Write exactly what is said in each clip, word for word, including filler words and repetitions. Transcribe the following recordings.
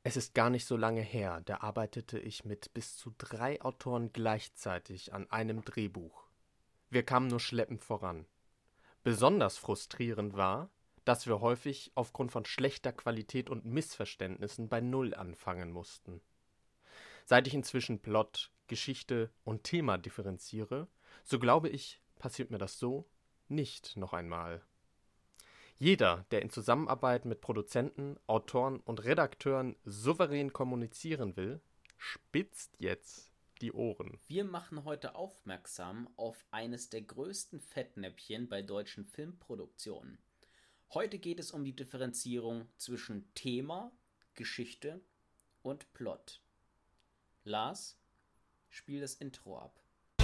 Es ist gar nicht so lange her, da arbeitete ich mit bis zu drei Autoren gleichzeitig an einem Drehbuch. Wir kamen nur schleppend voran. Besonders frustrierend war, dass wir häufig aufgrund von schlechter Qualität und Missverständnissen bei Null anfangen mussten. Seit ich inzwischen Plot, Geschichte und Thema differenziere, so glaube ich, passiert mir das so nicht noch einmal. Jeder, der in Zusammenarbeit mit Produzenten, Autoren und Redakteuren souverän kommunizieren will, spitzt jetzt die Ohren. Wir machen heute aufmerksam auf eines der größten Fettnäpfchen bei deutschen Filmproduktionen. Heute geht es um die Differenzierung zwischen Thema, Geschichte und Plot. Lars, spiel das Intro ab.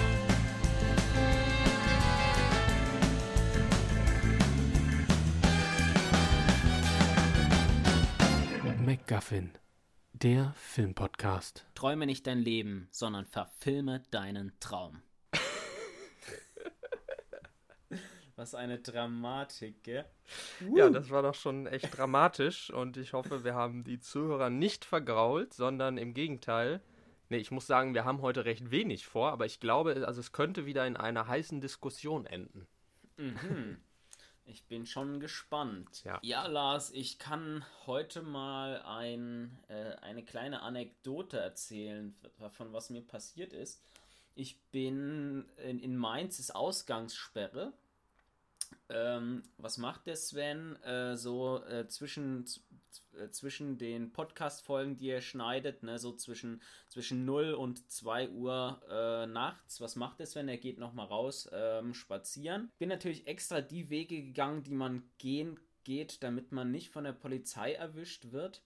MacGuffin, der Filmpodcast. Träume nicht dein Leben, sondern verfilme deinen Traum. Was eine Dramatik, gell? Ja, das war doch schon echt dramatisch und ich hoffe, wir haben die Zuhörer nicht vergrault, sondern im Gegenteil. Nee, ich muss sagen, wir haben heute recht wenig vor, aber ich glaube, also es könnte wieder in einer heißen Diskussion enden. Mhm. Ich bin schon gespannt. Ja. ja, Lars, ich kann heute mal ein, äh, eine kleine Anekdote erzählen, von was mir passiert ist. Ich bin in, in Mainz, ist Ausgangssperre. Ähm, was macht der Sven äh, so äh, zwischen, z- äh, zwischen den Podcast-Folgen, die er schneidet, ne, so zwischen, zwischen null und zwei Uhr äh, nachts? Was macht der Sven? Er geht nochmal raus ähm, spazieren. Bin natürlich extra die Wege gegangen, die man gehen geht, damit man nicht von der Polizei erwischt wird.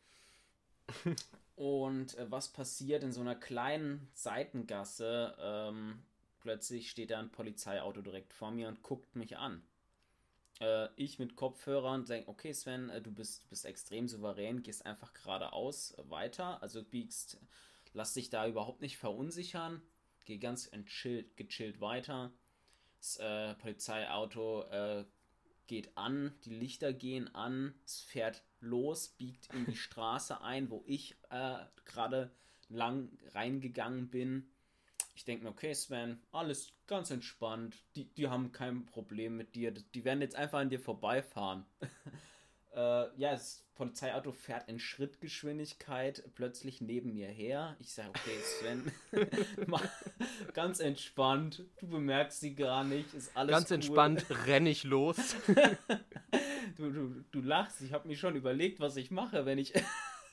Und äh, was passiert in so einer kleinen Seitengasse? Ähm, plötzlich steht da ein Polizeiauto direkt vor mir und guckt mich an. Äh, ich mit Kopfhörern denke, okay Sven, äh, du bist, du bist extrem souverän, gehst einfach geradeaus äh, weiter, also biegst, lass dich da überhaupt nicht verunsichern, geh ganz entchillt, gechillt weiter. Das äh, Polizeiauto äh, geht an, die Lichter gehen an, es fährt los, biegt in die Straße ein, wo ich äh, gerade lang reingegangen bin. Ich denke mir, okay, Sven, alles ganz entspannt. Die, die haben kein Problem mit dir. Die werden jetzt einfach an dir vorbeifahren. äh, ja, das Polizeiauto fährt in Schrittgeschwindigkeit plötzlich neben mir her. Ich sage, okay, Sven, mach ganz entspannt. Du bemerkst sie gar nicht. Ist alles Ganz cool. entspannt renne ich los. du, du, du lachst. Ich habe mir schon überlegt, was ich mache, wenn ich...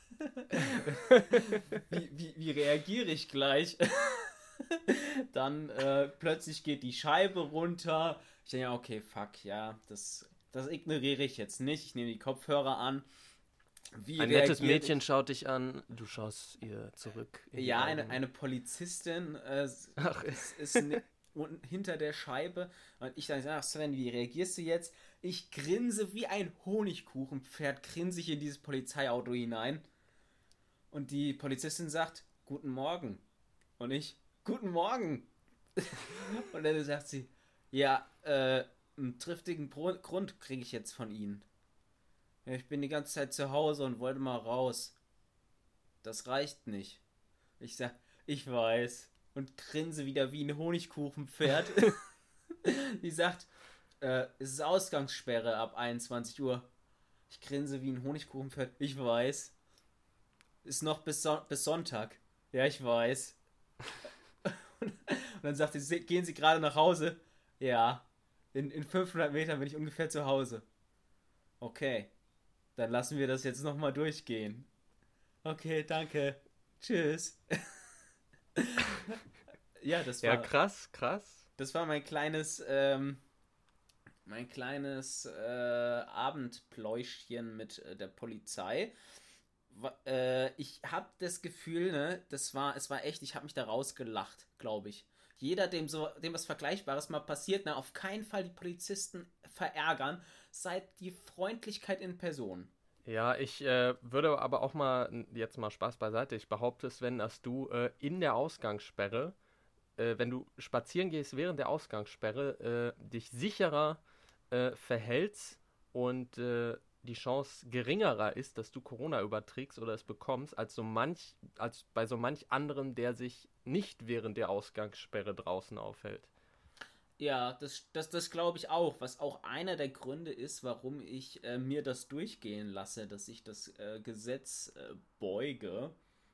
wie, wie, wie reagiere ich gleich? Dann äh, plötzlich geht die Scheibe runter. Ich denke, okay, fuck, ja, das, das ignoriere ich jetzt nicht. Ich nehme die Kopfhörer an. Wie Ein nettes reagiert Mädchen ich? schaut dich an, du schaust ihr zurück. in die Ja, eine, Augen. eine Polizistin äh, Ach. ist, ist ne, unten hinter der Scheibe. Und ich sage, ach Sven, wie reagierst du jetzt? Ich grinse wie ein Honigkuchenpferd, grinse ich in dieses Polizeiauto hinein. Und die Polizistin sagt, guten Morgen. Und ich, guten Morgen. Und dann sagt sie, ja, äh, einen triftigen Bro- Grund kriege ich jetzt von Ihnen. Ja, ich bin die ganze Zeit zu Hause und wollte mal raus. Das reicht nicht. Ich sag, ich weiß. Und grinse wieder wie ein Honigkuchenpferd. Die sagt, äh, es ist Ausgangssperre ab einundzwanzig Uhr. Ich grinse wie ein Honigkuchenpferd. Ich weiß. Ist noch bis, Son- bis Sonntag. Ja, ich weiß. Und dann sagt sie, gehen Sie gerade nach Hause? Ja. In, in fünfhundert Metern bin ich ungefähr zu Hause. Okay. Dann lassen wir das jetzt nochmal durchgehen. Okay, danke. Tschüss. Ja, das war, Ja, krass, krass. das war mein kleines, ähm, mein kleines äh, Abendpläuschchen mit äh, der Polizei. Wa- äh, ich habe das Gefühl, ne, das war, es war echt, ich habe mich da rausgelacht, glaube ich. Jeder, dem so, dem was Vergleichbares mal passiert, ne, auf keinen Fall die Polizisten verärgern. Seid die Freundlichkeit in Person. Ja, ich äh, würde aber auch mal, jetzt mal Spaß beiseite, ich behaupte, Sven, dass du äh, in der Ausgangssperre, äh, wenn du spazieren gehst während der Ausgangssperre, äh, dich sicherer äh, verhältst und äh, die Chance geringerer ist, dass du Corona überträgst oder es bekommst, als so manch, als bei so manch anderem, der sich nicht während der Ausgangssperre draußen aufhält. Ja, das, das, das glaube ich auch, was auch einer der Gründe ist, warum ich äh, mir das durchgehen lasse, dass ich das äh, Gesetz äh, beuge.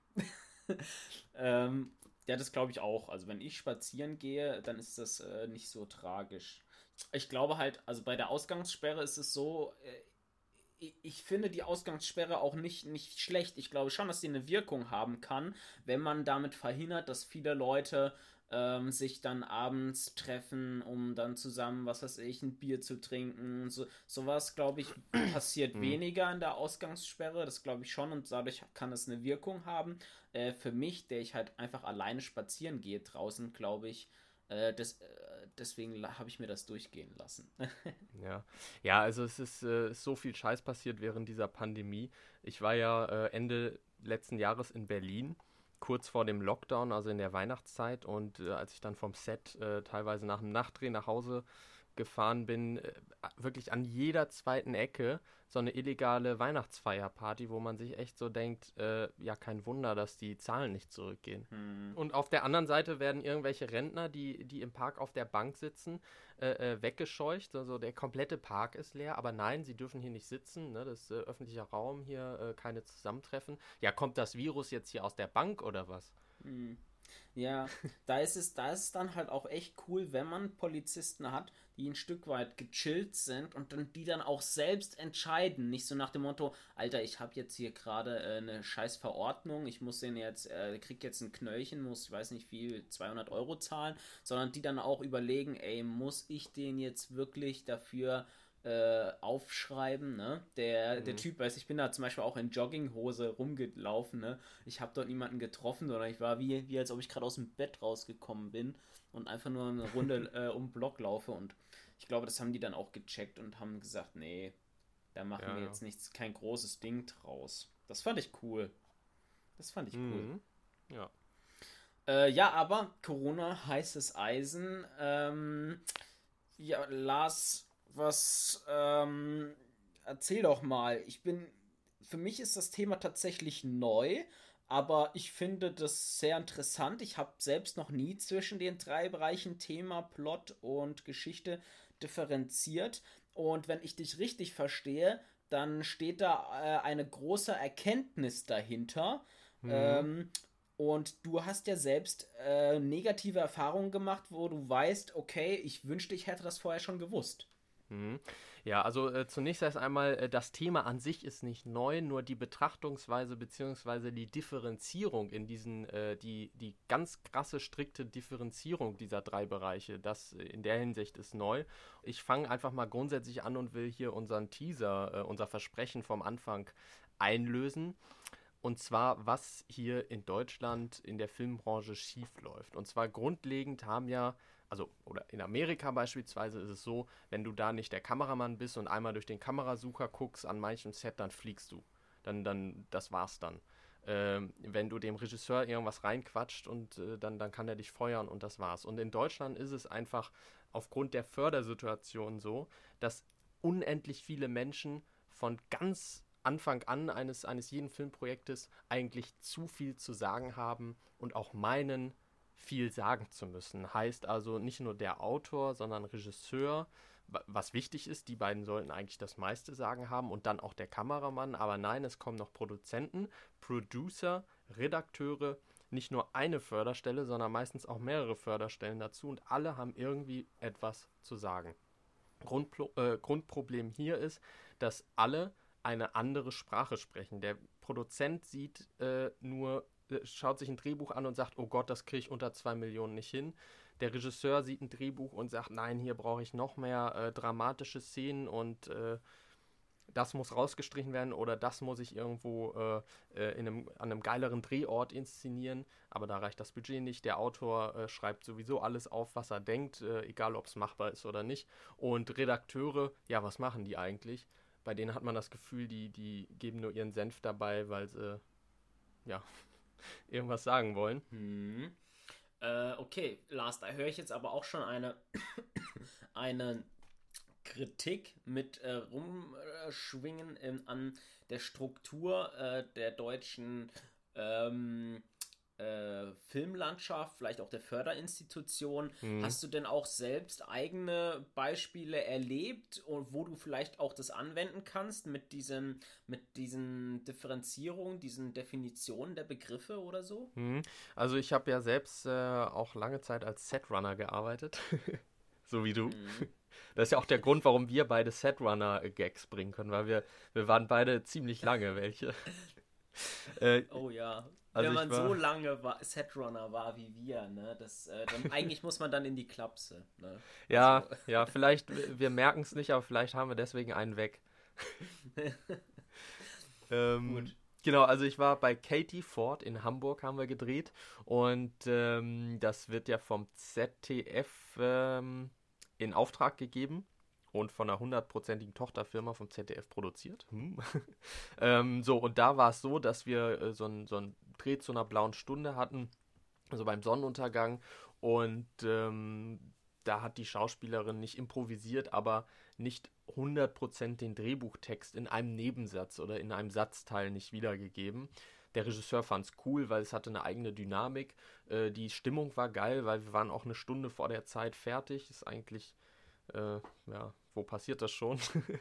ähm, ja, das glaube ich auch. Also wenn ich spazieren gehe, dann ist das äh, nicht so tragisch. Ich glaube halt, also bei der Ausgangssperre ist es so, äh, ich, ich finde die Ausgangssperre auch nicht, nicht schlecht. Ich glaube schon, dass sie eine Wirkung haben kann, wenn man damit verhindert, dass viele Leute ähm, sich dann abends treffen, um dann zusammen, was weiß ich, ein Bier zu trinken. So, sowas, glaube ich, passiert Hm. weniger in der Ausgangssperre. Das glaube ich schon und dadurch kann es eine Wirkung haben. Äh, für mich, der ich halt einfach alleine spazieren gehe draußen, glaube ich, äh, des, äh, deswegen habe ich mir das durchgehen lassen. Ja, ja, also es ist äh, so viel Scheiß passiert während dieser Pandemie. Ich war ja äh, Ende letzten Jahres in Berlin, kurz vor dem Lockdown, also in der Weihnachtszeit. Und äh, als ich dann vom Set äh, teilweise nach dem Nachtdreh nach Hause gefahren bin, äh, wirklich an jeder zweiten Ecke so eine illegale Weihnachtsfeierparty, wo man sich echt so denkt, äh, ja, kein Wunder, dass die Zahlen nicht zurückgehen. Hm. Und auf der anderen Seite werden irgendwelche Rentner, die, die im Park auf der Bank sitzen, äh, äh, weggescheucht. Also der komplette Park ist leer, aber nein, sie dürfen hier nicht sitzen. Ne? Das ist äh, öffentlicher Raum, hier äh, keine Zusammentreffen. Ja, kommt das Virus jetzt hier aus der Bank oder was? Hm. Ja, da ist es, da ist es dann halt auch echt cool, wenn man Polizisten hat, die ein Stück weit gechillt sind und dann die dann auch selbst entscheiden. Nicht so nach dem Motto, Alter, ich habe jetzt hier gerade äh, eine scheiß Verordnung, ich muss den jetzt, äh, krieg jetzt ein Knöllchen, muss, ich weiß nicht viel, zweihundert Euro zahlen, sondern die dann auch überlegen, ey, muss ich den jetzt wirklich dafür äh, aufschreiben, ne? Der, der Hm. Typ, weiß ich bin da zum Beispiel auch in Jogginghose rumgelaufen, ne? Ich habe dort niemanden getroffen, sondern ich war wie, wie als ob ich gerade aus dem Bett rausgekommen bin und einfach nur eine Runde äh, um den Block laufe und ich glaube, das haben die dann auch gecheckt und haben gesagt, nee, da machen Ja, wir ja. jetzt nichts, kein großes Ding draus. Das fand ich cool. Das fand ich cool. Mhm. Ja. Äh, ja, aber Corona, heißes Eisen. Ähm, ja, Lars, was, ähm, erzähl doch mal. Ich bin, für mich ist das Thema tatsächlich neu, aber ich finde das sehr interessant. Ich habe selbst noch nie zwischen den drei Bereichen Thema, Plot und Geschichte differenziert. Und wenn ich dich richtig verstehe, dann steht da äh, eine große Erkenntnis dahinter. Mhm. Ähm, und du hast ja selbst äh, negative Erfahrungen gemacht, wo du weißt, okay, ich wünschte, ich hätte das vorher schon gewusst. Mhm. Ja, also äh, zunächst erst einmal, äh, das Thema an sich ist nicht neu, nur die Betrachtungsweise bzw. die Differenzierung in diesen, äh, die, die ganz krasse, strikte Differenzierung dieser drei Bereiche, das äh, in der Hinsicht ist neu. Ich fange einfach mal grundsätzlich an und will hier unseren Teaser, äh, unser Versprechen vom Anfang einlösen. Und zwar, was hier in Deutschland in der Filmbranche schiefläuft. Und zwar grundlegend haben ja, also, oder in Amerika beispielsweise ist es so, wenn du da nicht der Kameramann bist und einmal durch den Kamerasucher guckst an manchem Set, dann fliegst du. Dann, dann, das war's dann. Ähm, wenn du dem Regisseur irgendwas reinquatscht und äh, dann, dann kann er dich feuern und das war's. Und in Deutschland ist es einfach aufgrund der Fördersituation so, dass unendlich viele Menschen von ganz Anfang an eines, eines jeden Filmprojektes eigentlich zu viel zu sagen haben und auch meinen, viel sagen zu müssen. Heißt also nicht nur der Autor, sondern Regisseur, was wichtig ist, die beiden sollten eigentlich das meiste Sagen haben und dann auch der Kameramann, aber nein, es kommen noch Produzenten, Producer, Redakteure, nicht nur eine Förderstelle, sondern meistens auch mehrere Förderstellen dazu und alle haben irgendwie etwas zu sagen. Grundpro äh, Grundproblem hier ist, dass alle eine andere Sprache sprechen. Der Produzent sieht äh, nur, äh, schaut sich ein Drehbuch an und sagt, oh Gott, das kriege ich unter zwei Millionen nicht hin. Der Regisseur sieht ein Drehbuch und sagt, nein, hier brauche ich noch mehr äh, dramatische Szenen und äh, das muss rausgestrichen werden oder das muss ich irgendwo äh, äh, in einem, an einem geileren Drehort inszenieren, aber da reicht das Budget nicht. Der Autor äh, schreibt sowieso alles auf, was er denkt, äh, egal ob es machbar ist oder nicht. Und Redakteure, ja, was machen die eigentlich? Bei denen hat man das Gefühl, die, die geben nur ihren Senf dabei, weil sie, ja, irgendwas sagen wollen. Hm. Äh, okay, Lars, da höre ich jetzt aber auch schon eine, eine Kritik mit äh, rumschwingen in, an der Struktur äh, der deutschen ähm, äh, Filmlandschaft, vielleicht auch der Förderinstitution. Mhm. Hast du denn auch selbst eigene Beispiele erlebt und wo du vielleicht auch das anwenden kannst mit diesen, mit diesen Differenzierungen, diesen Definitionen der Begriffe oder so? Mhm. Also ich habe ja selbst äh, auch lange Zeit als Setrunner gearbeitet, so wie du. Mhm. Das ist ja auch der Grund, warum wir beide Setrunner-Gags bringen können, weil wir, wir waren beide ziemlich lange welche. Äh, Oh ja. also Wenn ich man so war, lange war, Setrunner war wie wir, ne, das, äh, dann eigentlich muss man dann in die Klapse, ne? ja, Also, ja, vielleicht, wir wir merken es nicht, aber vielleicht haben wir deswegen einen weg. Ähm, gut. genau, also ich war bei Katie Ford in Hamburg, haben wir gedreht. Und ähm, das wird ja vom Z D F ähm, in Auftrag gegeben und von einer hundertprozentigen Tochterfirma vom Z D F produziert. Hm. ähm, so, und da war es so, dass wir äh, so ein, so ein Dreh zu einer blauen Stunde hatten, also beim Sonnenuntergang. Und ähm, da hat die Schauspielerin nicht improvisiert, aber nicht hundert Prozent den Drehbuchtext in einem Nebensatz oder in einem Satzteil nicht wiedergegeben. Der Regisseur fand es cool, weil es hatte eine eigene Dynamik. Äh, die Stimmung war geil, weil wir waren auch eine Stunde vor der Zeit fertig. Ist eigentlich, äh, ja, wo passiert das schon?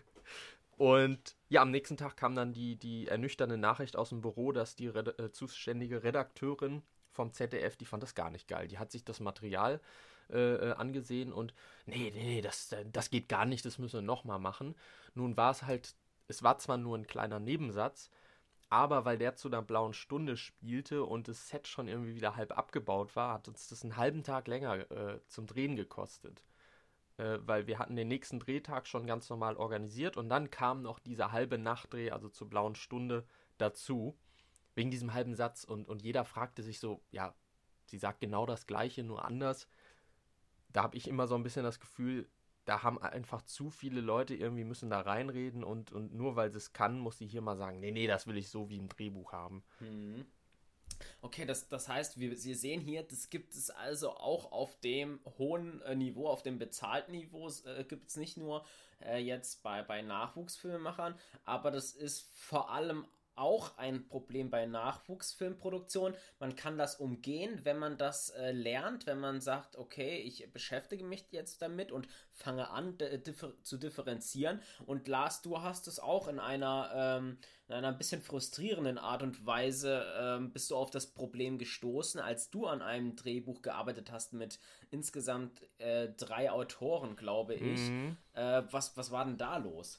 Und ja, am nächsten Tag kam dann die, die ernüchternde Nachricht aus dem Büro, dass die Red äh, zuständige Redakteurin vom Z D F, die fand das gar nicht geil. Die hat sich das Material äh, äh, angesehen und nee, nee, nee, das, äh, das geht gar nicht, das müssen wir nochmal machen. Nun war es halt, es war zwar nur ein kleiner Nebensatz, aber weil der zu einer blauen Stunde spielte und das Set schon irgendwie wieder halb abgebaut war, hat uns das einen halben Tag länger äh, zum Drehen gekostet. Äh, weil wir hatten den nächsten Drehtag schon ganz normal organisiert und dann kam noch dieser halbe Nachtdreh, also zur blauen Stunde, dazu, wegen diesem halben Satz. Und, und jeder fragte sich so, ja, sie sagt genau das Gleiche, nur anders. Da habe ich immer so ein bisschen das Gefühl, da haben einfach zu viele Leute irgendwie müssen da reinreden und, und nur weil sie es kann, muss sie hier mal sagen, nee, nee, das will ich so wie im Drehbuch haben. Mhm. Okay, das, das heißt, wir, wir sehen hier, das gibt es also auch auf dem hohen äh, Niveau, auf dem bezahlten Niveau, äh, gibt es nicht nur äh, jetzt bei, bei Nachwuchsfilmemachern, aber das ist vor allem auch ein Problem bei Nachwuchsfilmproduktion. Man kann das umgehen, wenn man das äh, lernt, wenn man sagt, okay, ich beschäftige mich jetzt damit und fange an differ zu differenzieren. Und Lars, du hast es auch in einer ähm, in einer ein bisschen frustrierenden Art und Weise ähm, bist du auf das Problem gestoßen, als du an einem Drehbuch gearbeitet hast mit insgesamt äh, drei Autoren, glaube ich. Mhm. Äh, was, was war denn da los?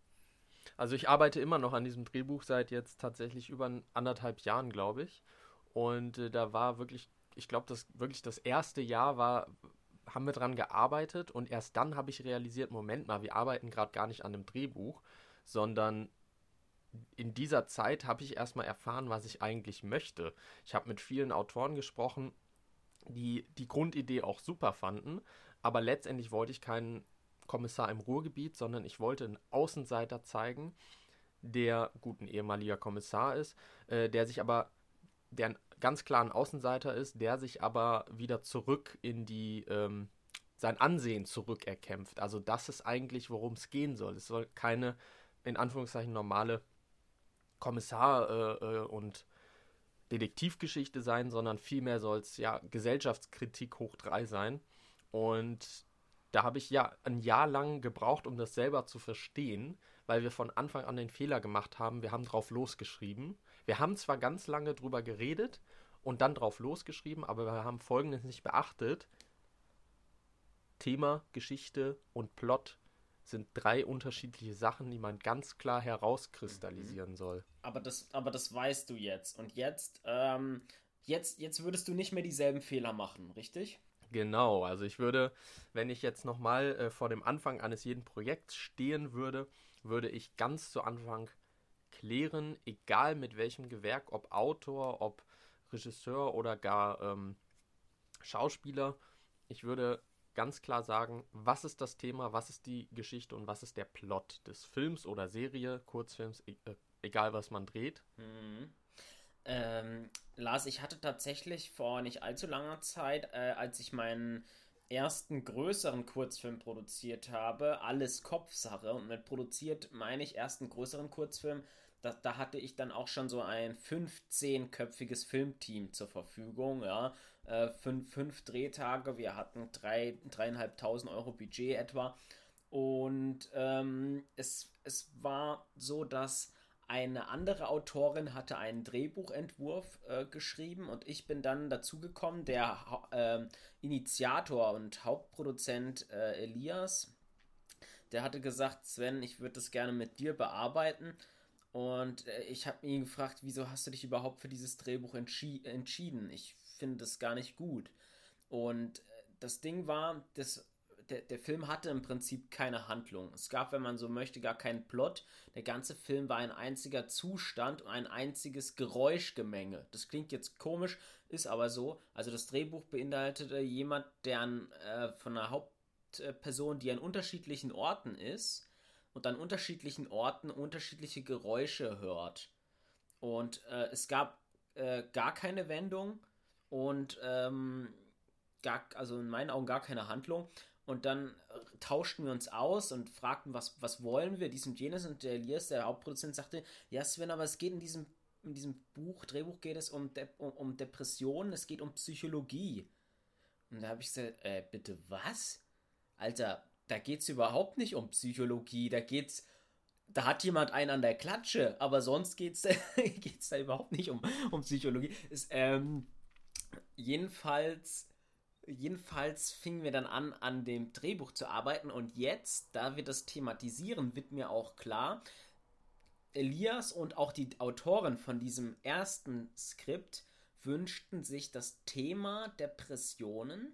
Also ich arbeite immer noch an diesem Drehbuch seit jetzt tatsächlich über anderthalb Jahren, glaube ich. Und äh, da war wirklich, ich glaube, das wirklich das erste Jahr war, haben wir dran gearbeitet und erst dann habe ich realisiert, Moment mal, wir arbeiten gerade gar nicht an einem Drehbuch, sondern in dieser Zeit habe ich erstmal erfahren, was ich eigentlich möchte. Ich habe mit vielen Autoren gesprochen, die die Grundidee auch super fanden, aber letztendlich wollte ich keinen Kommissar im Ruhrgebiet, sondern ich wollte einen Außenseiter zeigen, der gut ein ehemaliger Kommissar ist, äh, der sich aber, der ein ganz klar ein Außenseiter ist, der sich aber wieder zurück in die, ähm, sein Ansehen zurückerkämpft. Also das ist eigentlich, worum es gehen soll. Es soll keine, in Anführungszeichen, normale Kommissar- äh, äh, und Detektivgeschichte sein, sondern vielmehr soll es ja Gesellschaftskritik hoch drei sein. Und da habe ich ja ein Jahr lang gebraucht, um das selber zu verstehen, weil wir von Anfang an den Fehler gemacht haben. Wir haben drauf losgeschrieben. Wir haben zwar ganz lange drüber geredet und dann drauf losgeschrieben, aber wir haben Folgendes nicht beachtet. Thema, Geschichte und Plot sind drei unterschiedliche Sachen, die man ganz klar Mhm. herauskristallisieren soll. Aber das, aber das weißt du jetzt. Und jetzt, ähm, jetzt, jetzt würdest du nicht mehr dieselben Fehler machen, richtig? Genau, also ich würde, wenn ich jetzt nochmal äh, vor dem Anfang eines jeden Projekts stehen würde, würde ich ganz zu Anfang klären, egal mit welchem Gewerk, ob Autor, ob Regisseur oder gar ähm, Schauspieler, ich würde ganz klar sagen, was ist das Thema, was ist die Geschichte und was ist der Plot des Films oder Serie, Kurzfilms, e äh, egal was man dreht. Mhm. Ähm, Lars, ich hatte tatsächlich vor nicht allzu langer Zeit, äh, als ich meinen ersten größeren Kurzfilm produziert habe. Alles Kopfsache. Und mit produziert meine ich ersten größeren Kurzfilm. Da, da hatte ich dann auch schon so ein fünfzehnköpfiges Filmteam zur Verfügung. Ja. Äh, fünf, fünf Drehtage. Wir hatten drei, dreieinhalbtausend Euro Budget etwa. Und ähm, es, es war so, dass eine andere Autorin hatte einen Drehbuchentwurf äh, geschrieben und ich bin dann dazugekommen, der Ha- ähm, Initiator und Hauptproduzent äh, Elias, der hatte gesagt, Sven, ich würde das gerne mit dir bearbeiten. Und äh, ich habe ihn gefragt, wieso hast du dich überhaupt für dieses Drehbuch entschi entschieden? Ich finde das gar nicht gut. Und äh, das Ding war, das, der, der Film hatte im Prinzip keine Handlung. Es gab, wenn man so möchte, gar keinen Plot. Der ganze Film war ein einziger Zustand und ein einziges Geräuschgemenge. Das klingt jetzt komisch, ist aber so. Also das Drehbuch beinhaltete jemand, der an, äh, von einer Hauptperson, die an unterschiedlichen Orten ist und an unterschiedlichen Orten unterschiedliche Geräusche hört. Und äh, es gab äh, gar keine Wendung und ähm, gar, also in meinen Augen gar keine Handlung. Und dann äh, tauschten wir uns aus und fragten, was, was wollen wir, dies und jenes. Und der Elias, der Hauptproduzent, sagte, ja Sven, aber es geht in diesem, in diesem Buch, Drehbuch geht es um, De um, um Depressionen, es geht um Psychologie. Und da habe ich gesagt, äh, bitte was? Alter, da geht's überhaupt nicht um Psychologie, da geht's, da hat jemand einen an der Klatsche, aber sonst geht's, geht's da überhaupt nicht um, um Psychologie. Es, ähm, jedenfalls, jedenfalls fingen wir dann an, an dem Drehbuch zu arbeiten und jetzt, da wir das thematisieren, wird mir auch klar, Elias und auch die Autoren von diesem ersten Skript wünschten sich das Thema Depressionen.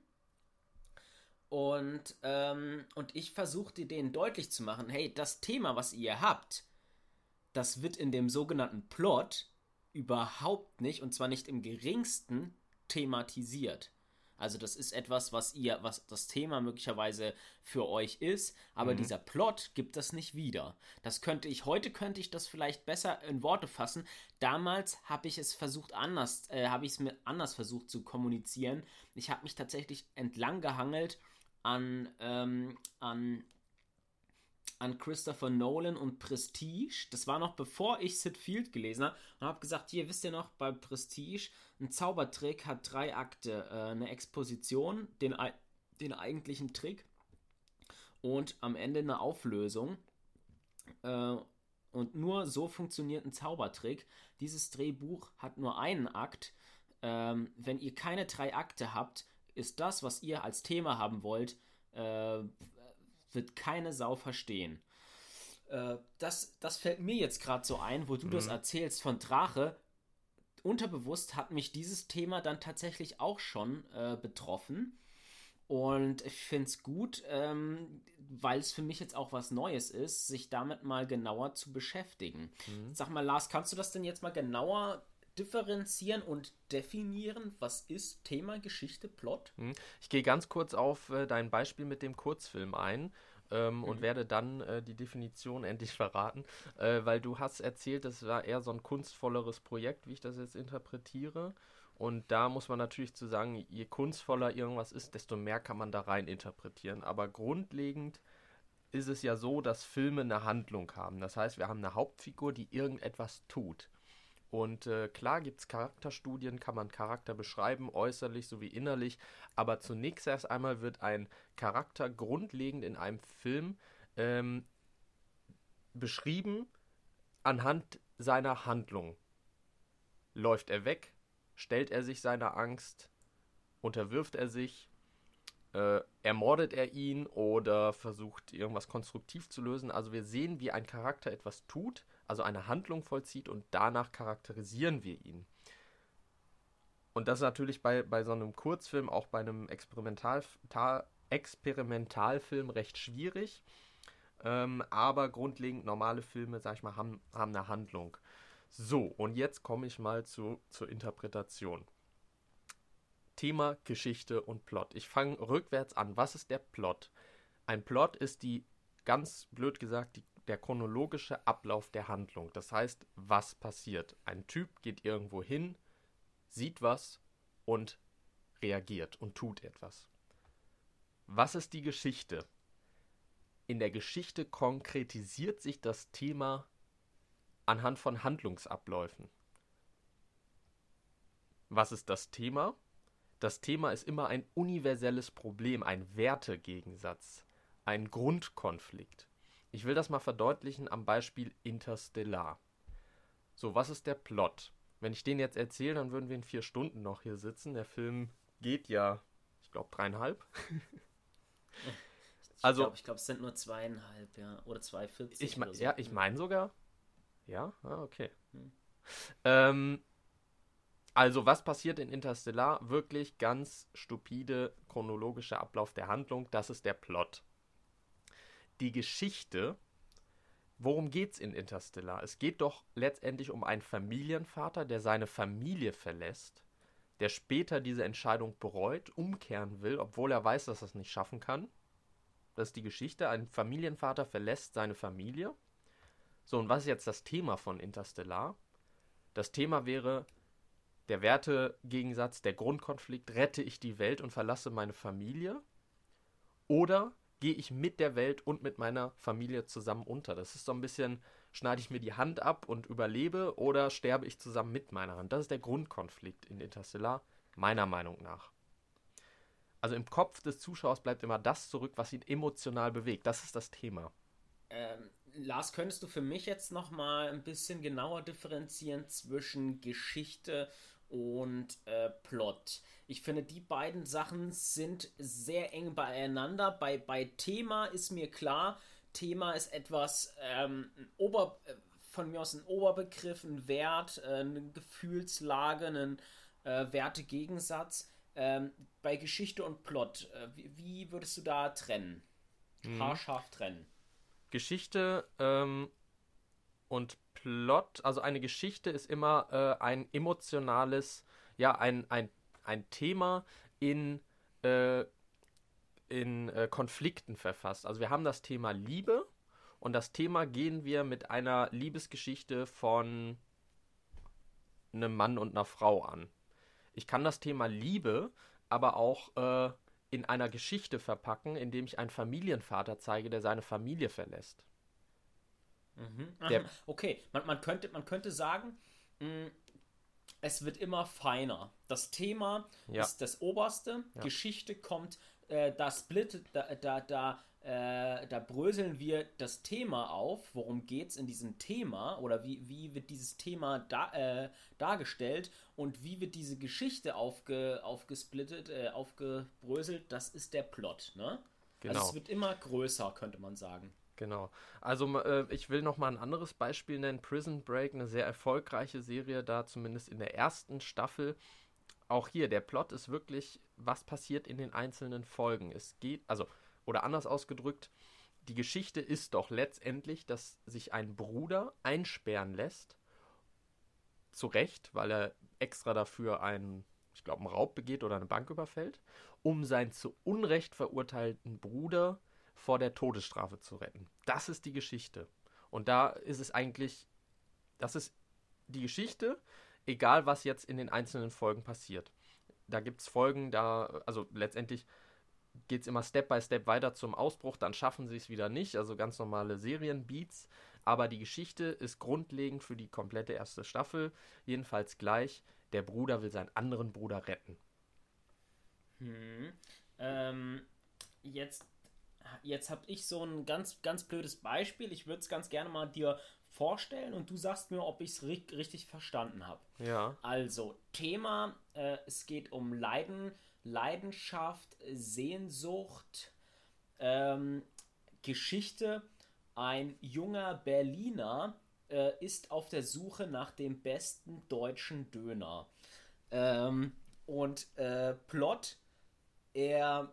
Und, ähm, und ich versuchte denen deutlich zu machen, hey, das Thema, was ihr habt, das wird in dem sogenannten Plot überhaupt nicht, und zwar nicht im geringsten, thematisiert. Also das ist etwas, was ihr, was das Thema möglicherweise für euch ist, aber Mhm. dieser Plot gibt das nicht wieder. Das könnte ich, heute könnte ich das vielleicht besser in Worte fassen. Damals habe ich es versucht anders, äh, habe ich es mir anders versucht zu kommunizieren. Ich habe mich tatsächlich entlang gehangelt an, ähm, an an Christopher Nolan und Prestige. Das war noch bevor ich Sid Field gelesen habe. Und habe gesagt, hier, wisst ihr noch, bei Prestige, ein Zaubertrick hat drei Akte. Äh, eine Exposition, den, den eigentlichen Trick und am Ende eine Auflösung. Äh, und nur so funktioniert ein Zaubertrick. Dieses Drehbuch hat nur einen Akt. Ähm, wenn ihr keine drei Akte habt, ist das, was ihr als Thema haben wollt, äh, wird keine Sau verstehen. Äh, das, das fällt mir jetzt gerade so ein, wo du das Mhm. erzählst von Drache. Unterbewusst hat mich dieses Thema dann tatsächlich auch schon äh, betroffen. Und ich finde es gut, ähm, weil es für mich jetzt auch was Neues ist, sich damit mal genauer zu beschäftigen. Mhm. Sag mal, Lars, kannst du das denn jetzt mal genauer differenzieren und definieren? Was ist Thema, Geschichte, Plot? Mhm. Ich gehe ganz kurz auf äh, dein Beispiel mit dem Kurzfilm ein ähm, und Mhm. werde dann äh, die Definition endlich verraten, äh, weil du hast erzählt, das war eher so ein kunstvolleres Projekt, wie ich das jetzt interpretiere. Und da muss man natürlich zu sagen, je kunstvoller irgendwas ist, desto mehr kann man da rein interpretieren. Aber grundlegend ist es ja so, dass Filme eine Handlung haben. Das heißt, wir haben eine Hauptfigur, die irgendetwas tut. Und äh, klar gibt es Charakterstudien, kann man Charakter beschreiben, äußerlich sowie innerlich, aber zunächst erst einmal wird ein Charakter grundlegend in einem Film ähm, beschrieben anhand seiner Handlung. Läuft er weg? Stellt er sich seiner Angst? Unterwirft er sich? Äh, ermordet er ihn oder versucht irgendwas konstruktiv zu lösen? Also wir sehen, wie ein Charakter etwas tut, also eine Handlung vollzieht und danach charakterisieren wir ihn. Und das ist natürlich bei, bei so einem Kurzfilm, auch bei einem Experimental, Experimentalfilm recht schwierig. Ähm, aber grundlegend normale Filme, sag ich mal, haben, haben eine Handlung. So, und jetzt komme ich mal zu, zur Interpretation. Thema, Geschichte und Plot. Ich fange rückwärts an. Was ist der Plot? Ein Plot ist die, ganz blöd gesagt, die, der chronologische Ablauf der Handlung. Das heißt, was passiert? Ein Typ geht irgendwo hin, sieht was und reagiert und tut etwas. Was ist die Geschichte? In der Geschichte konkretisiert sich das Thema anhand von Handlungsabläufen. Was ist das Thema? Das Thema ist immer ein universelles Problem, ein Wertegegensatz, ein Grundkonflikt. Ich will das mal verdeutlichen am Beispiel Interstellar. So, was ist der Plot? Wenn ich den jetzt erzähle, dann würden wir in vier Stunden noch hier sitzen. Der Film geht ja, ich glaube, dreieinhalb. Ich Also, glaube, ich glaub, es sind nur zweieinhalb, ja. Oder zwei vierzig. ich, oder so. ja, ich meine sogar. Ja, ah, okay. Hm. Ähm, also, was passiert in Interstellar? Wirklich ganz stupide chronologischer Ablauf der Handlung. Das ist der Plot. Die Geschichte, worum geht's in Interstellar? Es geht doch letztendlich um einen Familienvater, der seine Familie verlässt, der später diese Entscheidung bereut, umkehren will, obwohl er weiß, dass er es nicht schaffen kann. Das ist die Geschichte. Ein Familienvater verlässt seine Familie. So, und was ist jetzt das Thema von Interstellar? Das Thema wäre der Wertegegensatz, der Grundkonflikt, rette ich die Welt und verlasse meine Familie? Oder gehe ich mit der Welt und mit meiner Familie zusammen unter? Das ist so ein bisschen, schneide ich mir die Hand ab und überlebe oder sterbe ich zusammen mit meiner Hand? Das ist der Grundkonflikt in Interstellar, meiner Meinung nach. Also im Kopf des Zuschauers bleibt immer das zurück, was ihn emotional bewegt. Das ist das Thema. Ähm, Lars, könntest du für mich jetzt nochmal ein bisschen genauer differenzieren zwischen Geschichte und äh, Plot? Ich finde, die beiden Sachen sind sehr eng beieinander. Bei, bei Thema ist mir klar, Thema ist etwas, ähm, ein Ober, von mir aus ein Oberbegriff, ein Wert, äh, eine Gefühlslage, ein äh, Wertegegensatz. Ähm, bei Geschichte und Plot, äh, wie, wie würdest du da trennen? Mhm. Haarscharf trennen. Geschichte ähm, und Plot, also eine Geschichte ist immer äh, ein emotionales, ja, ein, ein, ein Thema in, äh, in äh, Konflikten verfasst. Also wir haben das Thema Liebe und das Thema gehen wir mit einer Liebesgeschichte von einem Mann und einer Frau an. Ich kann das Thema Liebe aber auch äh, in einer Geschichte verpacken, indem ich einen Familienvater zeige, der seine Familie verlässt. Mhm. Der, Okay, man, man, könnte, man könnte sagen, mh, es wird immer feiner. Das Thema ja, ist das Oberste, Ja. Geschichte kommt, äh, da splittet, da, da, da, äh, da bröseln wir das Thema auf, worum geht es in diesem Thema oder wie, wie wird dieses Thema da, äh, dargestellt und wie wird diese Geschichte aufge, aufgesplittet, äh, aufgebröselt, das ist der Plot, ne? genau. Also es wird immer größer, könnte man sagen. Genau. Also äh, ich will noch mal ein anderes Beispiel nennen. Prison Break, eine sehr erfolgreiche Serie, da zumindest in der ersten Staffel. Auch hier, der Plot ist wirklich, was passiert in den einzelnen Folgen. Es geht, also, oder anders ausgedrückt, die Geschichte ist doch letztendlich, dass sich ein Bruder einsperren lässt, zu Recht, weil er extra dafür einen, ich glaube, einen Raub begeht oder eine Bank überfällt, um seinen zu Unrecht verurteilten Bruder vor der Todesstrafe zu retten. Das ist die Geschichte. Und da ist es eigentlich, das ist die Geschichte, egal was jetzt in den einzelnen Folgen passiert. Da gibt es Folgen, da, also letztendlich geht es immer Step by Step weiter zum Ausbruch, dann schaffen sie es wieder nicht, also ganz normale Serienbeats. Aber die Geschichte ist grundlegend für die komplette erste Staffel, jedenfalls gleich. Der Bruder will seinen anderen Bruder retten. Hm. Ähm, jetzt Jetzt habe ich so ein ganz, ganz blödes Beispiel. Ich würde es ganz gerne mal dir vorstellen und du sagst mir, ob ich es ri- richtig verstanden habe. Ja. Also, Thema, äh, es geht um Leiden, Leidenschaft, Sehnsucht, ähm, Geschichte. Ein junger Berliner äh, ist auf der Suche nach dem besten deutschen Döner. Ähm, und äh, Plot, er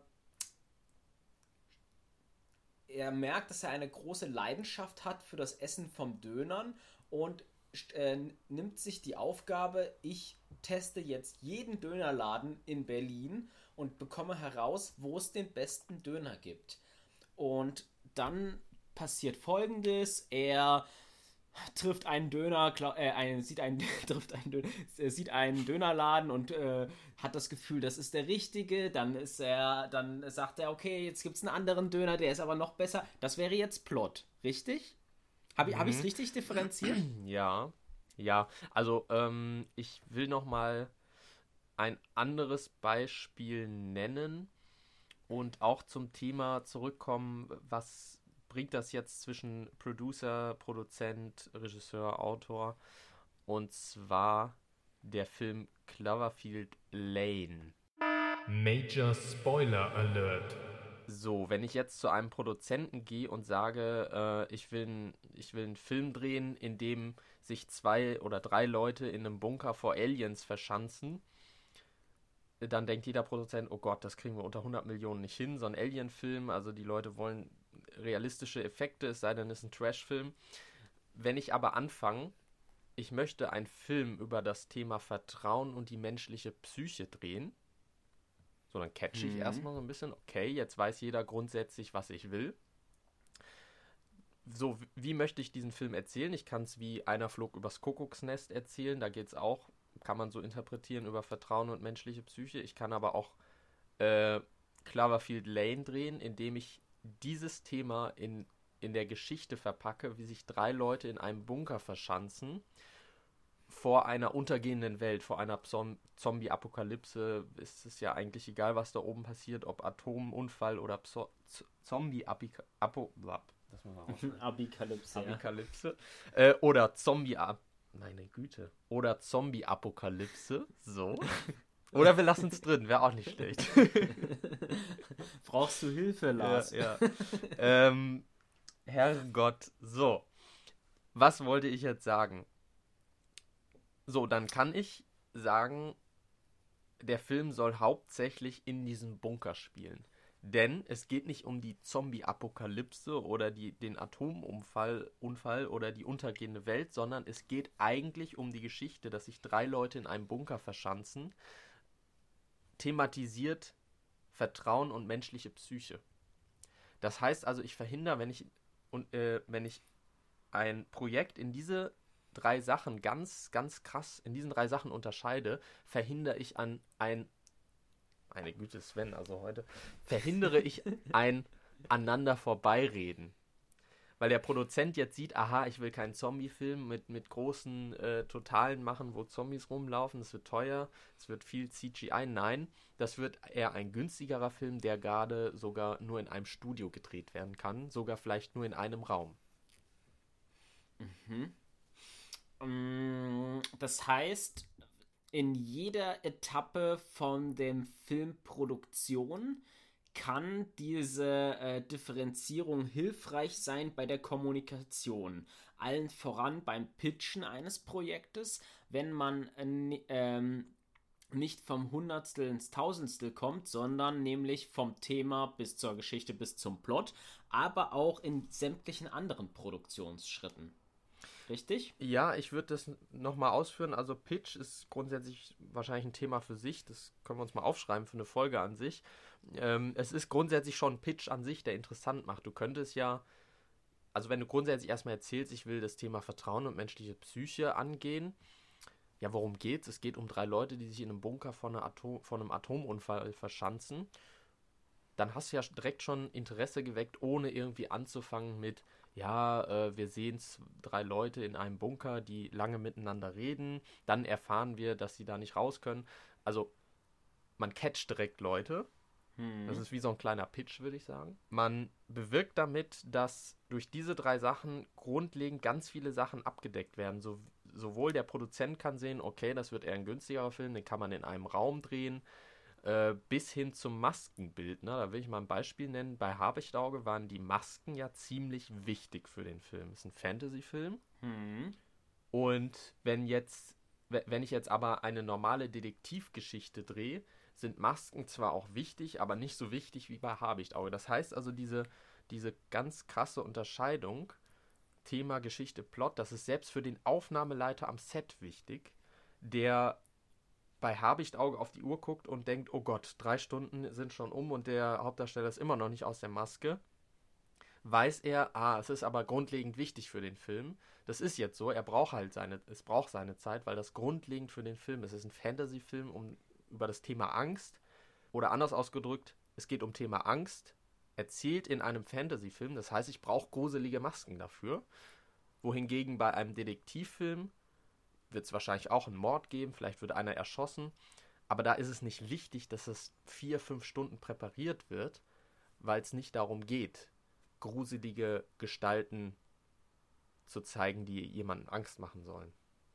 er merkt, dass er eine große Leidenschaft hat für das Essen vom Dönern und äh, nimmt sich die Aufgabe, ich teste jetzt jeden Dönerladen in Berlin und bekomme heraus, wo es den besten Döner gibt. Und dann passiert Folgendes, er trifft einen Döner, kla- äh, einen, sieht einen, trifft einen Döner, äh, sieht einen Dönerladen und äh, hat das Gefühl, das ist der richtige. Dann ist er, dann sagt er, okay, jetzt gibt es einen anderen Döner, der ist aber noch besser. Das wäre jetzt Plot, richtig? Habe ich, hab ich es Mhm. richtig differenziert? Ja, ja. Also ähm, ich will noch mal ein anderes Beispiel nennen und auch zum Thema zurückkommen, was bringt das jetzt zwischen Producer, Produzent, Regisseur, Autor? Und zwar der Film Cloverfield Lane. Major Spoiler Alert. So, wenn ich jetzt zu einem Produzenten gehe und sage, äh, ich will, n- ich will einen Film drehen, in dem sich zwei oder drei Leute in einem Bunker vor Aliens verschanzen, dann denkt jeder Produzent, oh Gott, das kriegen wir unter hundert Millionen nicht hin, so ein Alien-Film, also die Leute wollen realistische Effekte, es sei denn, es ist ein Trash-Film. Wenn ich aber anfange, ich möchte einen Film über das Thema Vertrauen und die menschliche Psyche drehen, so dann catche ich Mhm. erstmal so ein bisschen, okay, jetzt weiß jeder grundsätzlich, was ich will. So, wie möchte ich diesen Film erzählen? Ich kann es wie Einer flog übers Kuckucksnest erzählen, da geht es auch, kann man so interpretieren, über Vertrauen und menschliche Psyche. Ich kann aber auch äh, Cloverfield Lane drehen, indem ich dieses Thema in, in der Geschichte verpacke, wie sich drei Leute in einem Bunker verschanzen vor einer untergehenden Welt, vor einer Zom Zombie-Apokalypse. Ist es ja eigentlich egal, was da oben passiert, ob Atomunfall oder Pso Z- Zombie-Apo... Das muss man rausschneiden. Abikalypse, ja. Apokalypse. Äh, oder Zombie... Meine Güte. Oder Zombie-Apokalypse. So. Oder wir lassen es drin, wäre auch nicht schlecht. Brauchst du Hilfe, Ja, Lars? ja. Ähm, Herrgott. So. Was wollte ich jetzt sagen? So, dann kann ich sagen, der Film soll hauptsächlich in diesem Bunker spielen. Denn es geht nicht um die Zombie-Apokalypse oder die, den Atomunfall Unfall oder die untergehende Welt, sondern es geht eigentlich um die Geschichte, dass sich drei Leute in einem Bunker verschanzen, thematisiert Vertrauen und menschliche Psyche. Das heißt also, ich verhindere, wenn ich, und, äh, wenn ich ein Projekt in diese drei Sachen ganz, ganz krass, in diesen drei Sachen unterscheide, verhindere ich an ein, meine Güte, Sven, also heute, verhindere ich ein aneinander vorbeireden. Weil der Produzent jetzt sieht, aha, ich will keinen Zombie-Film mit, mit großen äh, Totalen machen, wo Zombies rumlaufen, das wird teuer, es wird viel C G I. Nein, das wird eher ein günstigerer Film, der gerade sogar nur in einem Studio gedreht werden kann, sogar vielleicht nur in einem Raum. Mhm. Mm, Das heißt, in jeder Etappe von dem Filmproduktion kann diese äh, Differenzierung hilfreich sein bei der Kommunikation. Allen voran beim Pitchen eines Projektes, wenn man äh, ni- ähm, nicht vom Hundertstel ins Tausendstel kommt, sondern nämlich vom Thema bis zur Geschichte bis zum Plot, aber auch in sämtlichen anderen Produktionsschritten. Richtig? Ja, ich würde das nochmal ausführen. Also Pitch ist grundsätzlich wahrscheinlich ein Thema für sich. Das können wir uns mal aufschreiben für eine Folge an sich. Ähm, es ist grundsätzlich schon ein Pitch an sich, der interessant macht. Du könntest ja, also wenn du grundsätzlich erstmal erzählst, ich will das Thema Vertrauen und menschliche Psyche angehen. Ja, worum geht's? Es geht um drei Leute, die sich in einem Bunker von, einer Atom, von einem Atomunfall verschanzen. Dann hast du ja direkt schon Interesse geweckt, ohne irgendwie anzufangen mit, ja, äh, wir sehen drei Leute in einem Bunker, die lange miteinander reden. Dann erfahren wir, dass sie da nicht raus können. Also man catcht direkt Leute. Das Hm. ist wie so ein kleiner Pitch, würde ich sagen. Man bewirkt damit, dass durch diese drei Sachen grundlegend ganz viele Sachen abgedeckt werden. So, sowohl der Produzent kann sehen, okay, das wird eher ein günstigerer Film, den kann man in einem Raum drehen, äh, bis hin zum Maskenbild. Ne? Da will ich mal ein Beispiel nennen. Bei Habichtauge waren die Masken ja ziemlich wichtig für den Film. Es ist ein Fantasy-Film. Hm. Und wenn jetzt, wenn ich jetzt aber eine normale Detektivgeschichte drehe, sind Masken zwar auch wichtig, aber nicht so wichtig wie bei Habichtauge. Das heißt also, diese, diese ganz krasse Unterscheidung, Thema, Geschichte, Plot, das ist selbst für den Aufnahmeleiter am Set wichtig, der bei Habichtauge auf die Uhr guckt und denkt, oh Gott, drei Stunden sind schon um und der Hauptdarsteller ist immer noch nicht aus der Maske. weiß er, ah, es ist aber grundlegend wichtig für den Film. Das ist jetzt so, er braucht halt seine, es braucht seine Zeit, weil das grundlegend für den Film ist. Es ist ein Fantasy-Film um, über das Thema Angst. Oder anders ausgedrückt, es geht um Thema Angst, erzählt in einem Fantasy-Film. Das heißt, ich brauche gruselige Masken dafür. Wohingegen bei einem Detektivfilm wird es wahrscheinlich auch einen Mord geben, vielleicht wird einer erschossen. Aber da ist es nicht wichtig, dass es vier, fünf Stunden präpariert wird, weil es nicht darum geht, gruselige Gestalten zu zeigen, die jemandem Angst machen sollen.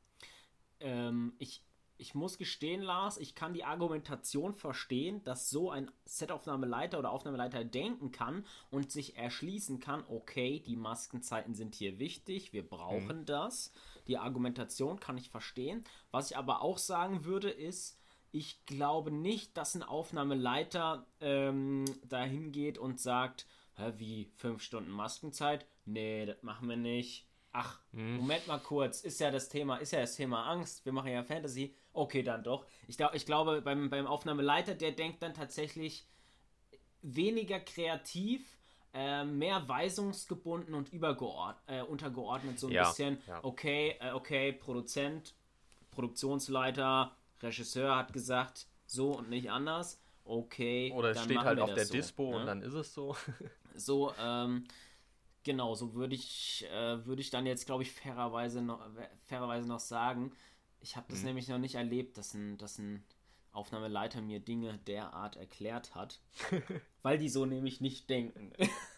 Ähm, ich, ich muss gestehen, Lars, ich kann die Argumentation verstehen, dass so ein Setaufnahmeleiter oder Aufnahmeleiter denken kann und sich erschließen kann, okay, die Maskenzeiten sind hier wichtig, wir brauchen mhm. das. Die Argumentation kann ich verstehen. Was ich aber auch sagen würde, ist, ich glaube nicht, dass ein Aufnahmeleiter ähm, dahin geht und sagt, hä, wie, fünf Stunden Maskenzeit? Nee, das machen wir nicht. Ach, hm. Moment mal kurz, ist ja das Thema, ist ja das Thema Angst, wir machen ja Fantasy. Okay, dann doch. Ich, glaub, ich glaube, beim, beim Aufnahmeleiter, der denkt dann tatsächlich weniger kreativ, äh, mehr weisungsgebunden und übergeordnet, äh, untergeordnet, so ein ja, bisschen, ja. okay, äh, okay, Produzent, Produktionsleiter, Regisseur hat gesagt, so und nicht anders. Okay, oder es dann steht halt auf der so, Dispo, ne? Und dann ist es so. So, ähm, genau, so würde ich, äh, würde ich dann jetzt, glaube ich, fairerweise noch, fairerweise noch sagen. Ich habe das hm. nämlich noch nicht erlebt, dass ein, dass ein Aufnahmeleiter mir Dinge derart erklärt hat, weil die so nämlich nicht denken.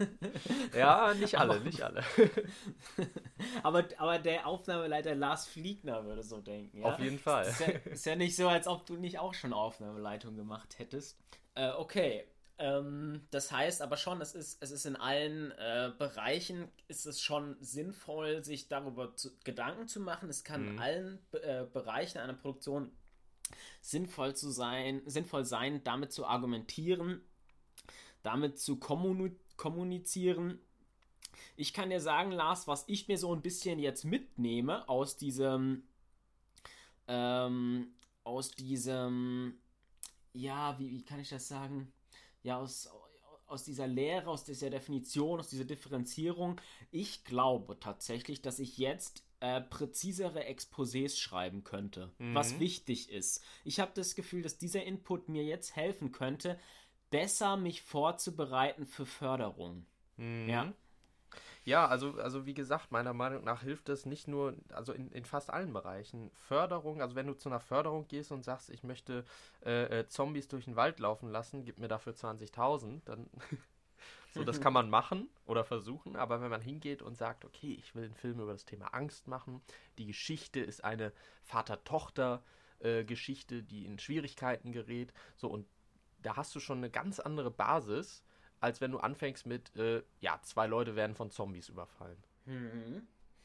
Ja, nicht alle, aber, nicht alle. aber, aber der Aufnahmeleiter Lars Fliegner würde so denken. Ja? Auf jeden Fall. Ist ja, ist ja nicht so, als ob du nicht auch schon Aufnahmeleitung gemacht hättest. Äh, okay, ähm, das heißt aber schon, es ist, es ist in allen äh, Bereichen, ist es schon sinnvoll, sich darüber zu, Gedanken zu machen. Es kann mhm. in allen äh, Bereichen einer Produktion sinnvoll zu sein, sinnvoll sein, damit zu argumentieren, damit zu kommuni- kommunizieren. Ich kann dir sagen, Lars, was ich mir so ein bisschen jetzt mitnehme aus diesem, ähm, aus diesem, ja, wie, wie kann ich das sagen? Ja, aus, aus dieser Lehre, aus dieser Definition, aus dieser Differenzierung. Ich glaube tatsächlich, dass ich jetzt Äh, präzisere Exposés schreiben könnte, mhm. was wichtig ist. Ich habe das Gefühl, dass dieser Input mir jetzt helfen könnte, besser mich vorzubereiten für Förderung. Mhm. Ja, ja also, also wie gesagt, meiner Meinung nach hilft das nicht nur, also in, in fast allen Bereichen. Förderung, also wenn du zu einer Förderung gehst und sagst, ich möchte äh, äh, Zombies durch den Wald laufen lassen, gib mir dafür zwanzigtausend, dann... So, das kann man machen oder versuchen, aber wenn man hingeht und sagt, okay, ich will einen Film über das Thema Angst machen, die Geschichte ist eine Vater-Tochter-Geschichte, äh, die in Schwierigkeiten gerät, so, und da hast du schon eine ganz andere Basis, als wenn du anfängst mit, äh, ja, zwei Leute werden von Zombies überfallen. Mhm.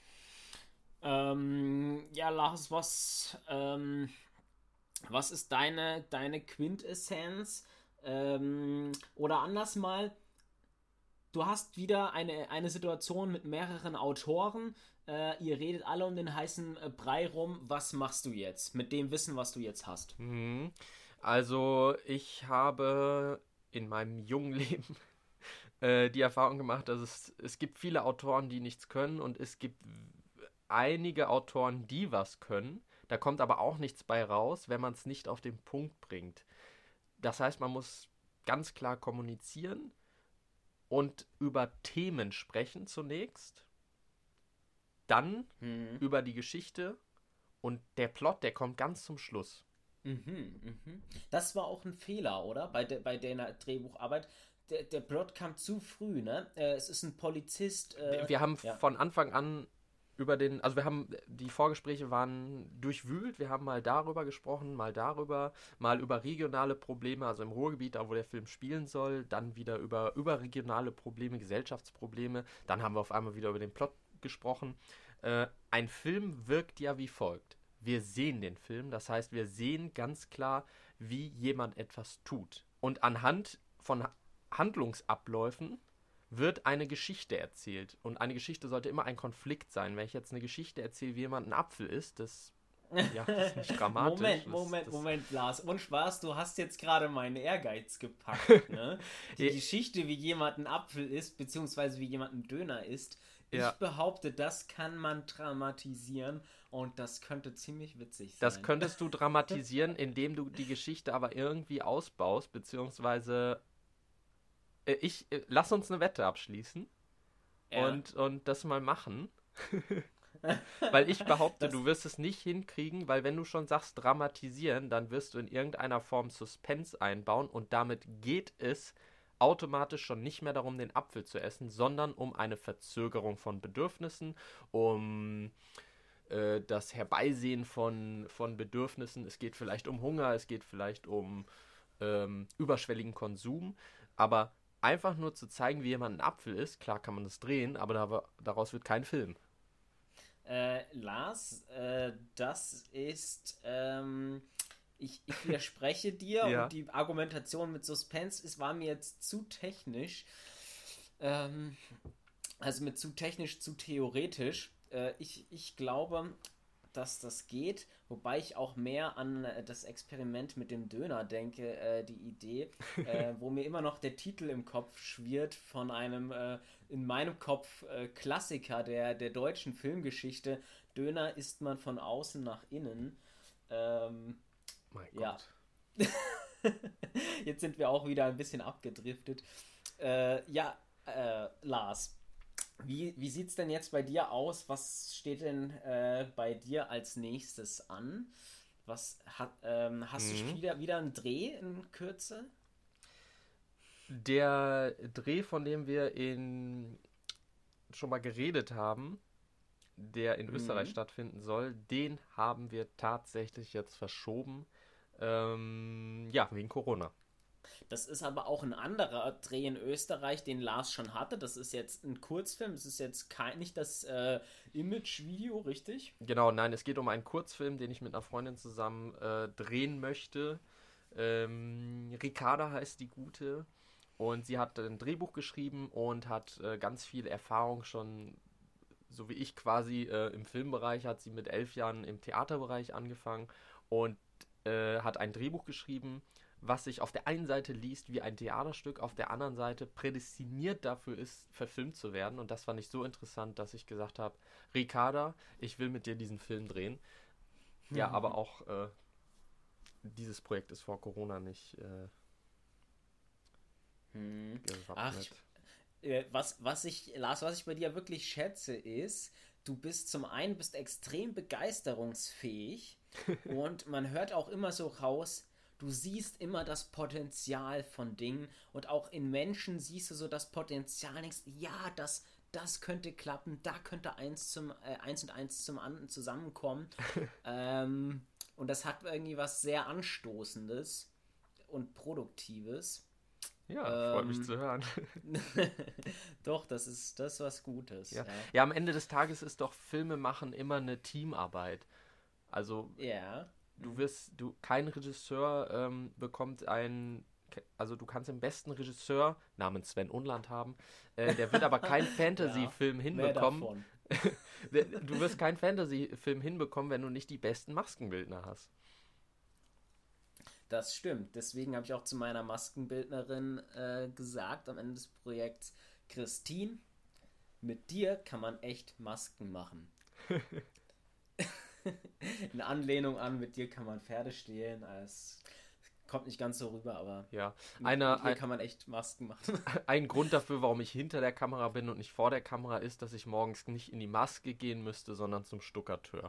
Ähm, ja, Lars, was, ähm, was ist deine, deine Quintessenz? Ähm, oder anders mal, du hast wieder eine, eine Situation mit mehreren Autoren. Äh, ihr redet alle um den heißen äh, Brei rum. Was machst du jetzt mit dem Wissen, was du jetzt hast? Mhm. Also ich habe in meinem jungen Leben äh, die Erfahrung gemacht, dass es, es gibt viele Autoren, die nichts können, und es gibt einige Autoren, die was können. Da kommt aber auch nichts bei raus, wenn man es nicht auf den Punkt bringt. Das heißt, man muss ganz klar kommunizieren und über Themen sprechen zunächst, dann mhm. über die Geschichte, und der Plot, der kommt ganz zum Schluss. Mhm, mhm. Das war auch ein Fehler, oder? Bei, de, bei deiner Drehbucharbeit. Der, der Plot kam zu früh, ne? Äh, es ist ein Polizist. Äh, wir, wir haben ja. von Anfang an über den, also wir haben, die Vorgespräche waren durchwühlt, wir haben mal darüber gesprochen, mal darüber, mal über regionale Probleme, also im Ruhrgebiet, da wo der Film spielen soll, dann wieder über überregionale Probleme, Gesellschaftsprobleme, dann haben wir auf einmal wieder über den Plot gesprochen. Äh, ein Film wirkt ja wie folgt. Wir sehen den Film, das heißt, wir sehen ganz klar, wie jemand etwas tut. Und anhand von Handlungsabläufen wird eine Geschichte erzählt. Und eine Geschichte sollte immer ein Konflikt sein. Wenn ich jetzt eine Geschichte erzähle, wie jemand einen Apfel isst, das Ja, das ist nicht dramatisch. Moment, das, Moment, das, Moment, Lars. Und Spaß, du hast jetzt gerade meinen Ehrgeiz gepackt, ne? Die Ja. Geschichte, wie jemand einen Apfel isst, beziehungsweise wie jemand einen Döner isst. Ich Ja. behaupte, das kann man dramatisieren und das könnte ziemlich witzig sein. Das könntest du dramatisieren, indem du die Geschichte aber irgendwie ausbaust, beziehungsweise äh, ich, äh, lass uns eine Wette abschließen Ja. und, und das mal machen. Weil ich behaupte, Das- du wirst es nicht hinkriegen, weil wenn du schon sagst dramatisieren, dann wirst du in irgendeiner Form Suspense einbauen und damit geht es automatisch schon nicht mehr darum, den Apfel zu essen, sondern um eine Verzögerung von Bedürfnissen, um äh, das Herbeisehen von, von Bedürfnissen. Es geht vielleicht um Hunger, es geht vielleicht um ähm, überschwelligen Konsum, aber einfach nur zu zeigen, wie jemand ein Apfel ist, klar kann man das drehen, aber da, daraus wird kein Film. Äh, Lars, äh, das ist, ähm, ich, ich widerspreche dir Ja. und die Argumentation mit Suspense ist, war mir jetzt zu technisch, ähm, also mit zu technisch, zu theoretisch. Äh, ich, ich glaube, dass das geht, wobei ich auch mehr an äh, das Experiment mit dem Döner denke, äh, die Idee, äh, wo mir immer noch der Titel im Kopf schwirrt von einem äh, in meinem Kopf äh, Klassiker der, der deutschen Filmgeschichte. Döner isst man von außen nach innen. Ähm, Mein Ja. Gott. Jetzt sind wir auch wieder ein bisschen abgedriftet. Äh, ja, äh, Lars, wie, wie sieht es denn jetzt bei dir aus? Was steht denn äh, bei dir als nächstes an? Was hat, ähm, hast Mhm. du wieder, wieder einen Dreh in Kürze? Der Dreh, von dem wir in schon mal geredet haben, der in Mhm. Österreich stattfinden soll, den haben wir tatsächlich jetzt verschoben. Ähm, ja, wegen Corona. Das ist aber auch ein anderer Dreh in Österreich, den Lars schon hatte. Das ist jetzt ein Kurzfilm. Es ist jetzt kein, nicht das äh, Image-Video, richtig? Genau, nein, es geht um einen Kurzfilm, den ich mit einer Freundin zusammen äh, drehen möchte. Ähm, Ricarda heißt die Gute. Und sie hat ein Drehbuch geschrieben und hat äh, ganz viel Erfahrung schon, so wie ich quasi äh, im Filmbereich, hat sie mit elf Jahren im Theaterbereich angefangen und äh, hat ein Drehbuch geschrieben, was sich auf der einen Seite liest wie ein Theaterstück, auf der anderen Seite prädestiniert dafür ist, verfilmt zu werden. Und das fand ich so interessant, dass ich gesagt habe, Ricarda, ich will mit dir diesen Film drehen. Ja, aber auch äh, dieses Projekt ist vor Corona nicht äh, Hm. gewappnet. Ach, ich, äh, was, was ich, Lars, was ich bei dir wirklich schätze, ist, du bist zum einen bist extrem begeisterungsfähig und man hört auch immer so raus, du siehst immer das Potenzial von Dingen und auch in Menschen siehst du so das Potenzial, denkst, ja, das, das könnte klappen, da könnte eins zum äh, eins und eins zum anderen zusammenkommen. ähm, und das hat irgendwie was sehr Anstoßendes und Produktives. Ja, freut mich Ähm, zu hören. Doch, das ist das ist was Gutes. Ja. Ja. ja, am Ende des Tages ist doch Filme machen immer eine Teamarbeit. Also Ja. du wirst, du, kein Regisseur ähm, bekommt ein, also du kannst den besten Regisseur namens Sven Unland haben, äh, der wird aber keinen Fantasy-Film Mehr hinbekommen. davon. Der- Du wirst keinen Fantasy-Film hinbekommen, wenn du nicht die besten Maskenbildner hast. Das stimmt. Deswegen habe ich auch zu meiner Maskenbildnerin äh, gesagt am Ende des Projekts, Christine, mit dir kann man echt Masken machen. In Anlehnung an, mit dir kann man Pferde stehlen. Es kommt nicht ganz so rüber, aber Ja, mit, einer, mit dir ein, kann man echt Masken machen. ein Grund dafür, warum ich hinter der Kamera bin und nicht vor der Kamera, ist, dass ich morgens nicht in die Maske gehen müsste, sondern zum Stuckateur.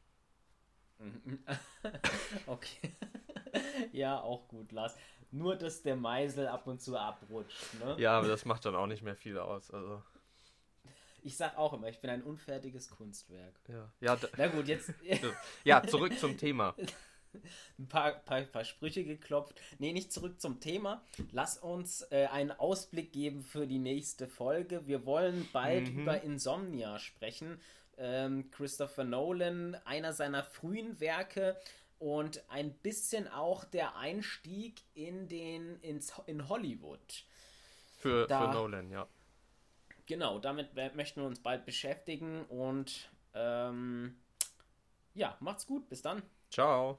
Okay. Ja, auch gut, Lars. Nur, dass der Meisel ab und zu abrutscht, ne? Ja, aber das macht dann auch nicht mehr viel aus. Also, Ich sag auch immer, ich bin ein unfertiges Kunstwerk. ja, ja, d- Na gut, jetzt ja, zurück zum Thema. ein paar, paar, paar Sprüche geklopft. Nee, nicht zurück zum Thema. Lass uns äh, einen Ausblick geben für die nächste Folge. Wir wollen bald Mhm. über Insomnia sprechen. Ähm, Christopher Nolan, einer seiner frühen Werke und ein bisschen auch der Einstieg in den ins, in Hollywood. Für, Da- für Nolan, ja. Genau, damit w- möchten wir uns bald beschäftigen und ähm, Ja, macht's gut. Bis dann. Ciao.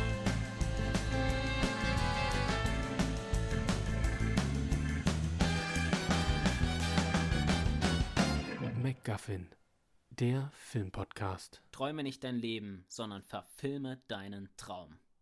MacGuffin, der Filmpodcast. Träume nicht dein Leben, sondern verfilme deinen Traum.